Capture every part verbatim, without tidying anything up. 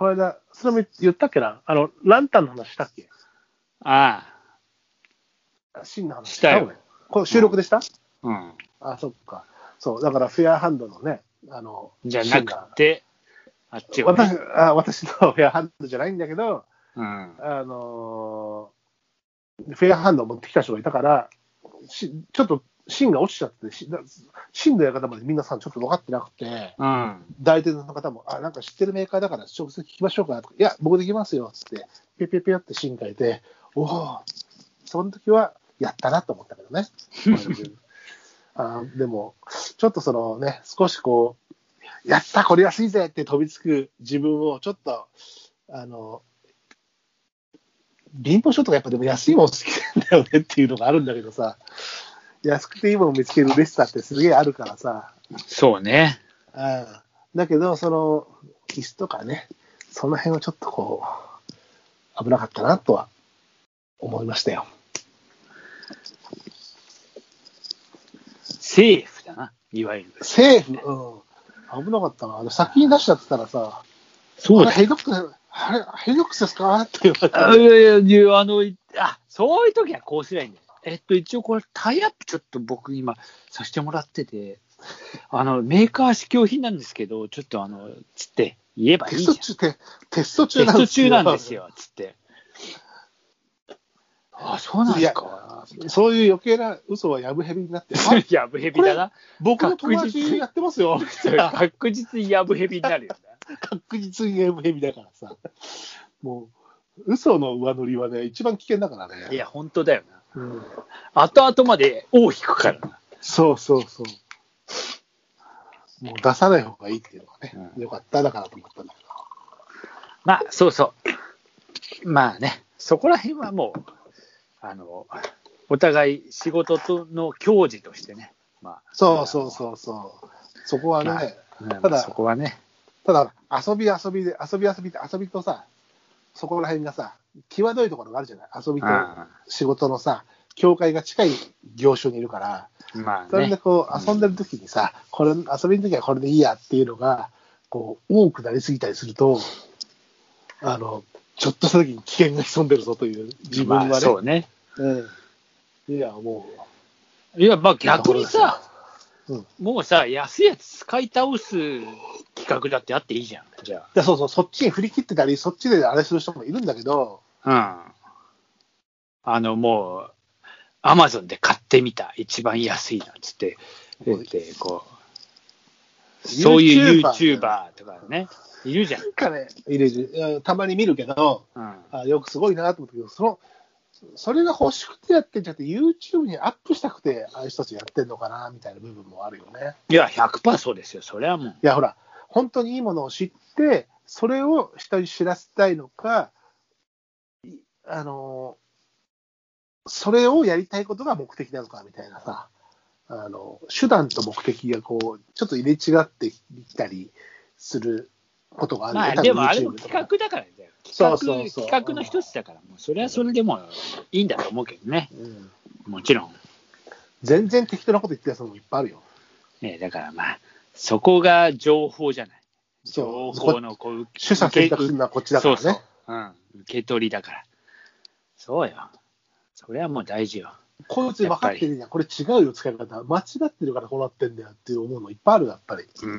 この間、それも言ったっけな、あの、ランタンの話したっけ？ ああ。真の話したよ。 これ収録でした？ うん。 あ、そっか。そう、だからフェアハンドのね、あの、 じゃなくて、あっちを、ね、 私あ、私のフェアハンドじゃないんだけど、 うん、 あのー、フェアハンドを持ってきた人がいたから、しちょっと芯が落ちちゃって、芯のやり方まで皆さんちょっと分かってなくて、 うん、 代理店の方も、あ、なんか知ってるメーカーだから直接聞きましょうかとか、いや、僕できますよっつって、ピュピュピュって芯書いて、おお、その時はやったなと思ったけどね。あでも、ちょっとそのね、少しこう、やった、これ安いぜって飛びつく自分をちょっと、あの、貧乏症とかやっぱでも安いもの好きなんだよねっていうのがあるんだけどさ、安くていいものを見つける嬉しさってすげえあるからさ。 そうね。 うん、だけど、その、椅子とかね、その辺はちょっとこう、危なかったなとは思いましたよ。 セーフだな、いわゆる。 セーフ、うん。危なかったな。あの先に出しちゃってたらさ、 そうだ。 ヘリドックス、あれ、ヘリドックスですかって言われて。 あ、いやいや、あの、あ、そういう時はこうすりゃいいんだよ。えっと、一応これタイアップちょっと僕今させてもらってて、あの、メーカー試供品なんですけど、ちょっとあの、つって言えばいいじゃん。 テスト中、テスト中なんですよ。テスト中なんですよ、つって。あ、そうなんですか。 そういう余計な嘘はやぶへびになって。 やぶへびだな。 僕の友達やってますよ。 確実にやぶへびになるよね。 確実にやぶへびだからさ。もう、嘘の上乗りはね、一番危険だからね。 いや、本当だよな。 うん、 後々まで尾を引くからな。 そうそうそう。もう出さない方がいいっていうのがね、うん、よかっただからと思ったんだけど。 まあ、そうそう。まあね、そこら辺はもう、あの、お互い仕事との矜持としてね。まあ、 そうそうそうそう。そこはね、 まあ、 ただ、 そこはね。 ただ、遊び遊びで、遊び遊びって遊びとさ、そこら辺がさ、際どいところがあるじゃない。遊びと仕事のさ、境界が近い業種にいるから、 まあね、 それでこう遊んでる時にさ、これ遊びの時はこれでいいやっていうのがこう多くなりすぎたりすると、あのちょっとした時に危険が潜んでるぞという自分はね。まあ、 そうね。 うん。いやもう。いやまあ逆にさ、 うん、 もうさ安いやつ使い倒す企画だってあっていいじゃん。じゃあ。 いやそうそう、そっちに振り切ってたり、そっちであれする人もいるんだけど、 うん。あのもう。アマゾンで買ってみた一番安いなっつってでこうそういう YouTuber とかねいるじゃん。 かね、いるたまに見るけど、うん、あよくすごいなと思ったけど、そのそれが欲しくてやってんじゃなくて YouTube にアップしたくてああいう人たちやってんのかなみたいな部分もあるよね。 いや ひゃくパーセント そうですよ。それはもういやほら本当にいいものを知ってそれを人に知らせたいのか、あのそれをやりたいことが目的なのかみたいなさ、あの手段と目的がこうちょっと入れ違ってきたりすることがある、ね。 まあでもあれも企画だからだよ。企画、そうそうそう、企画の一つだから、もうそれはそれでもいいんだと思うけどね。うん、もちろん。 全然適当なこと言ってるやつもいっぱいあるよ。 ね、だからまあそこが情報じゃない。情報のこう取捨選択するのはこっちだからね。そうそう、 うん、受け取りだから。そうよ。それはもう大事よ。 こいつ分かってるじゃん。これ違うよ、使い方。間違ってるからこうなってんだよって思うのいっぱいある、やっぱり。うん。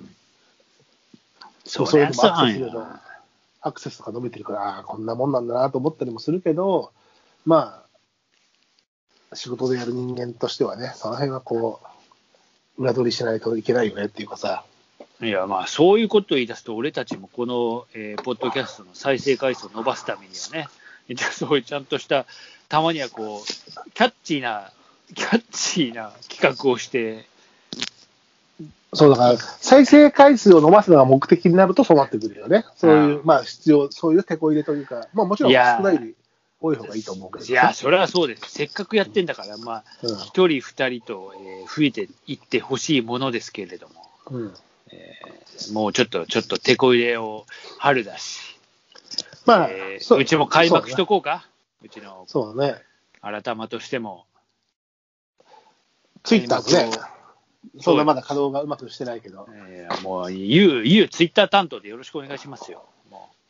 そうそれでもアクセスのアクセスとか伸びてるから、あこんなもんなんだなと思ったりもするけど、まあ、仕事でやる人間としてはね、その辺はこう、裏取りしないといけないよねっていうかさ。 いや、まあ、そういうことを言い出すと、俺たちもこの、えー、ポッドキャストの再生回数を伸ばすためにはね、そういうちゃんとした、たまにはこう、キャッチーな、キャッチーな企画をして。 そうだから、再生回数を伸ばすのが目的になるとそうなってくるよね。そういう、まあ必要、そういう手こ入れというか、まあもちろん少ないより多い方がいいと思うけど。 いや、それはそうです。せっかくやってんだから、まあ、一、うん、人二人と、えー、増えていってほしいものですけれども、うんえー、もうちょっと、ちょっと手こ入れを春だし。まあ、えー、う, うちも開幕しとこうか。う,、ね、うちのそうね。 改まとしても。 ツイッターね。そんなまだ稼働がうまくしてないけど。 いやもう、ゆう、ゆうツイッター担当でよろしくお願いしますよ。も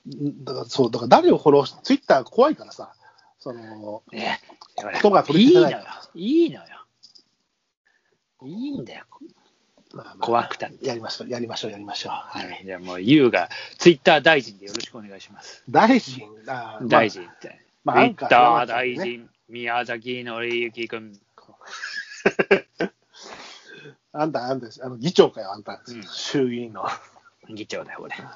だからそう、だから誰をフォローし、ツイッター怖いからさ、その、 ね、 人が取り消せない。 いいのよ。いいのよ。いいんだよ。まあまあ、怖くたって。 やりましょう、やりましょう、やりましょう。 はい。じゃあもう、ユウがツイッター大臣でよろしくお願いします。 大臣あ大臣って。 まあ、 ツイッター大臣、宮崎のりゆき君。 あんた、あんたです。あの議長かよ、あんた。うん、衆議院の。 議長だよ、俺。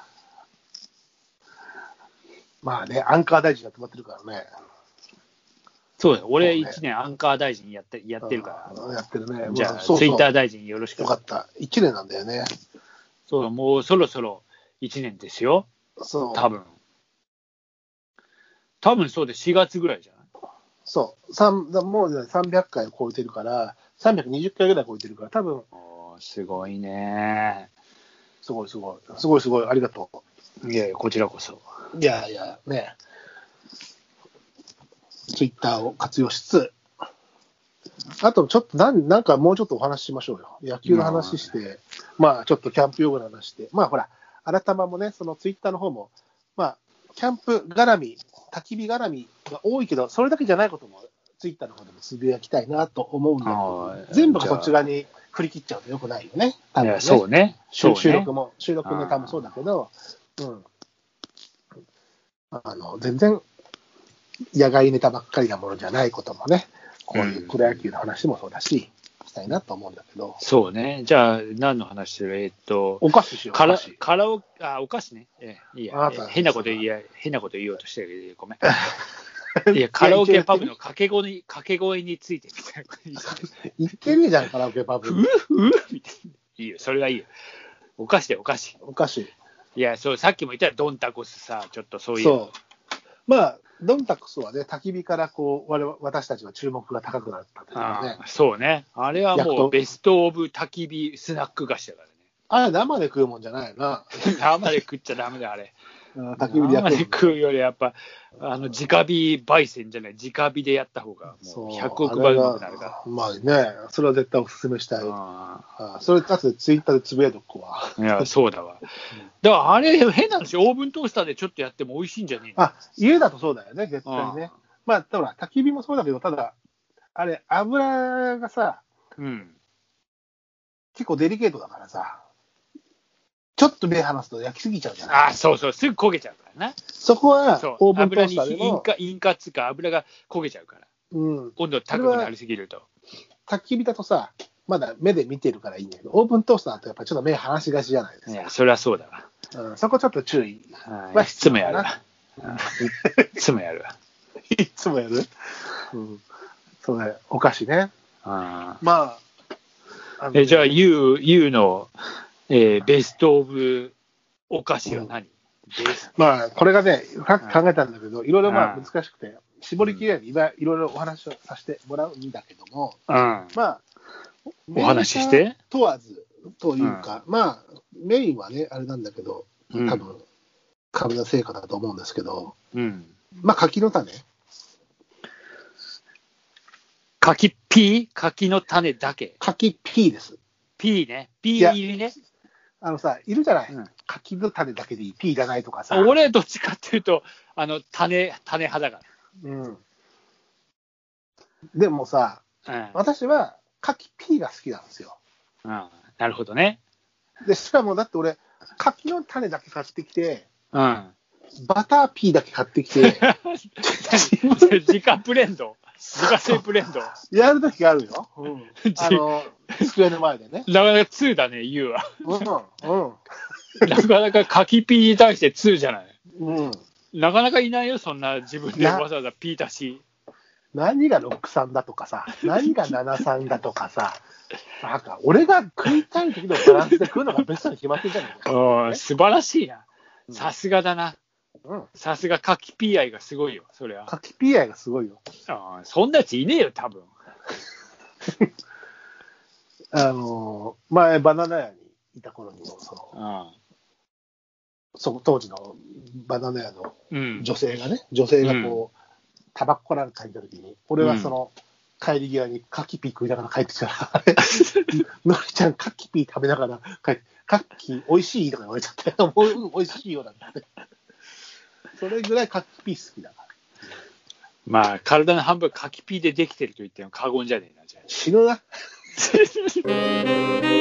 まあね、アンカー大臣やってもらってるからね。 そうだよ、俺いちねんアンカー大臣やって、やってるから。 やってるね。 じゃあ、そうそうツイッター大臣よろしく。 よかった。いちねんなんだよね。 そう、もうそろそろいちねんですよ。 そう。 多分。多分そうでしがつぐらいじゃない？ そう。もうさんびゃっかいを超えてるから、さんびゃくにじゅっかいぐらい超えてるから、多分。 おすごいね。 すごいすごい。すごいすごい。ありがとう。いやいや、こちらこそ。 いやいや、ね。ツイッターを活用しつつ、あとちょっとなん、なんかもうちょっとお話ししましょうよ。野球の話して、まあちょっとキャンプ用具の話して、まあほら、改まもね、そのツイッターの方も、まあ、キャンプ絡み、焚き火絡みが多いけど、それだけじゃないことも、ツイッターの方でもつぶやきたいなと思うんだけど、全部がそっち側に振り切っちゃうとよくないよね。 多分ね、そうね。 収録も、収録ネタもそうだけど、うん。あの、全然、野外ネタばっかりなものじゃないこともね、こういうプロ野球の話もそうだし、うん、したいなと思うんだけど。 そうね。じゃあ、何の話する？えー、っと、 お菓子しよう。 カラカラオケ、あ、お菓子ね。えー、いいや、えー、変なこと言いや、変なこと言おうとしてる。ごめん。いや、カラオケパブの掛け声に、掛け声についてみたいな。 言ってるじゃん、カラオケパブ。 ふふみたいな。いいよ、それはいいよ。お菓子でお菓子。 お菓子。 いや、そう、さっきも言ったらドンタコスさ、ちょっとそういう。 そう。まあ、ドンタコスはね、焚き火からこう我々私たちは注目が高くなったというかね。 そうね。あれはもうベストオブ焚き火スナック菓子だからね。 あれ生で食うもんじゃないよな。 生で食っちゃダメだよ、あれ。 焚き火でや生で食うよりやっぱ、あの、直火焙煎じゃない、直火でやった方が、もうひゃくおくばいうまくなるから。 まあね、それは絶対お勧めしたい。ああそれ、かつてツイッターでつぶやいとくわ。 いや、そうだわ。だからあれ、変なんですよ。オーブントースターでちょっとやっても美味しいんじゃねえあ、家だとそうだよね、絶対ね。まあ、ほら、焚き火もそうだけど、ただ、あれ、油がさ、 うん、 結構デリケートだからさ、ちょっと目離すと焼きすぎちゃうじゃない。 あ、そうそう、すぐ焦げちゃうからな。 そこは、オーブントースターでも。 油に引火、引火つか油が焦げちゃうから。 うん。 温度高くなりすぎると。 焚き火だとさ、まだ目で見てるからいいんだけど、オーブントースターだとやっぱちょっと目離しがちじゃないですか。 いや、それはそうだわ。うん、そこちょっと注意はいつもやるわ。いつもやるわ。 いつもやるうん。そうね、お菓子ね。 あまあ。 あえじゃあ、ユウ、ユウの、えー、ベストオブお菓子は何、うん、 まあ、これがね、深く考えたんだけど、いろいろまあ難しくて、絞りきれない、今いろいろお話をさせてもらうんだけども、 うん、まあ、 お話しして問わずというか、うん、まあ、メインはね、あれなんだけど、多分、株の成果だと思うんですけど、 うん、 まあ、柿の種。 柿ピー柿の種だけ。 柿ピーです。 ピーね。ピー入りね。 あのさ、いるじゃない、うん、柿の種だけでいい、ピーいらないとかさ。 俺、どっちかっていうと、あの、種、種派だから。うん。でもさ、うん、私は柿ピーが好きなんですよ。 うん。なるほどね。 で、しかもだって俺、柿の種だけ買ってきて、 うん。 バターピーだけ買ってきて、 自家ブレンド自家製ブレンドやるときがあるよ。うん、あの、机の前でね。 なかなかツーだね、ユウは。 うん。うん。 なかなか柿ピーに対してツーじゃない。 うん。 なかなかいないよ、そんな自分でわざわざピー足し。 何がろくさんだとかさ、何がななさんだとかさ、なんか俺が食いたい時のバランスで食うのがベストに決まってるじゃないですか。 うん、素晴らしいな。さすがだな。さすが柿ピー愛がすごいよ、それは。 柿ピー愛がすごいよ。 あそんなやついねえよ、多分。 あのー、前、バナナ屋にいた頃にも、その、 あそ当時のバナナ屋の女性がね、うん、女性がこう、タバコから帰った時に、俺はその、帰り際に柿ピー食いながら帰ってきたら、のりちゃん、柿ピー食べながら帰って、柿美味しいとか言われちゃって、もう美味しいよなんて。 それぐらい柿ピー好きだから。 まあ、体の半分柿ピーでできてると言っても過言じゃねえな、じゃあ。 死ぬな。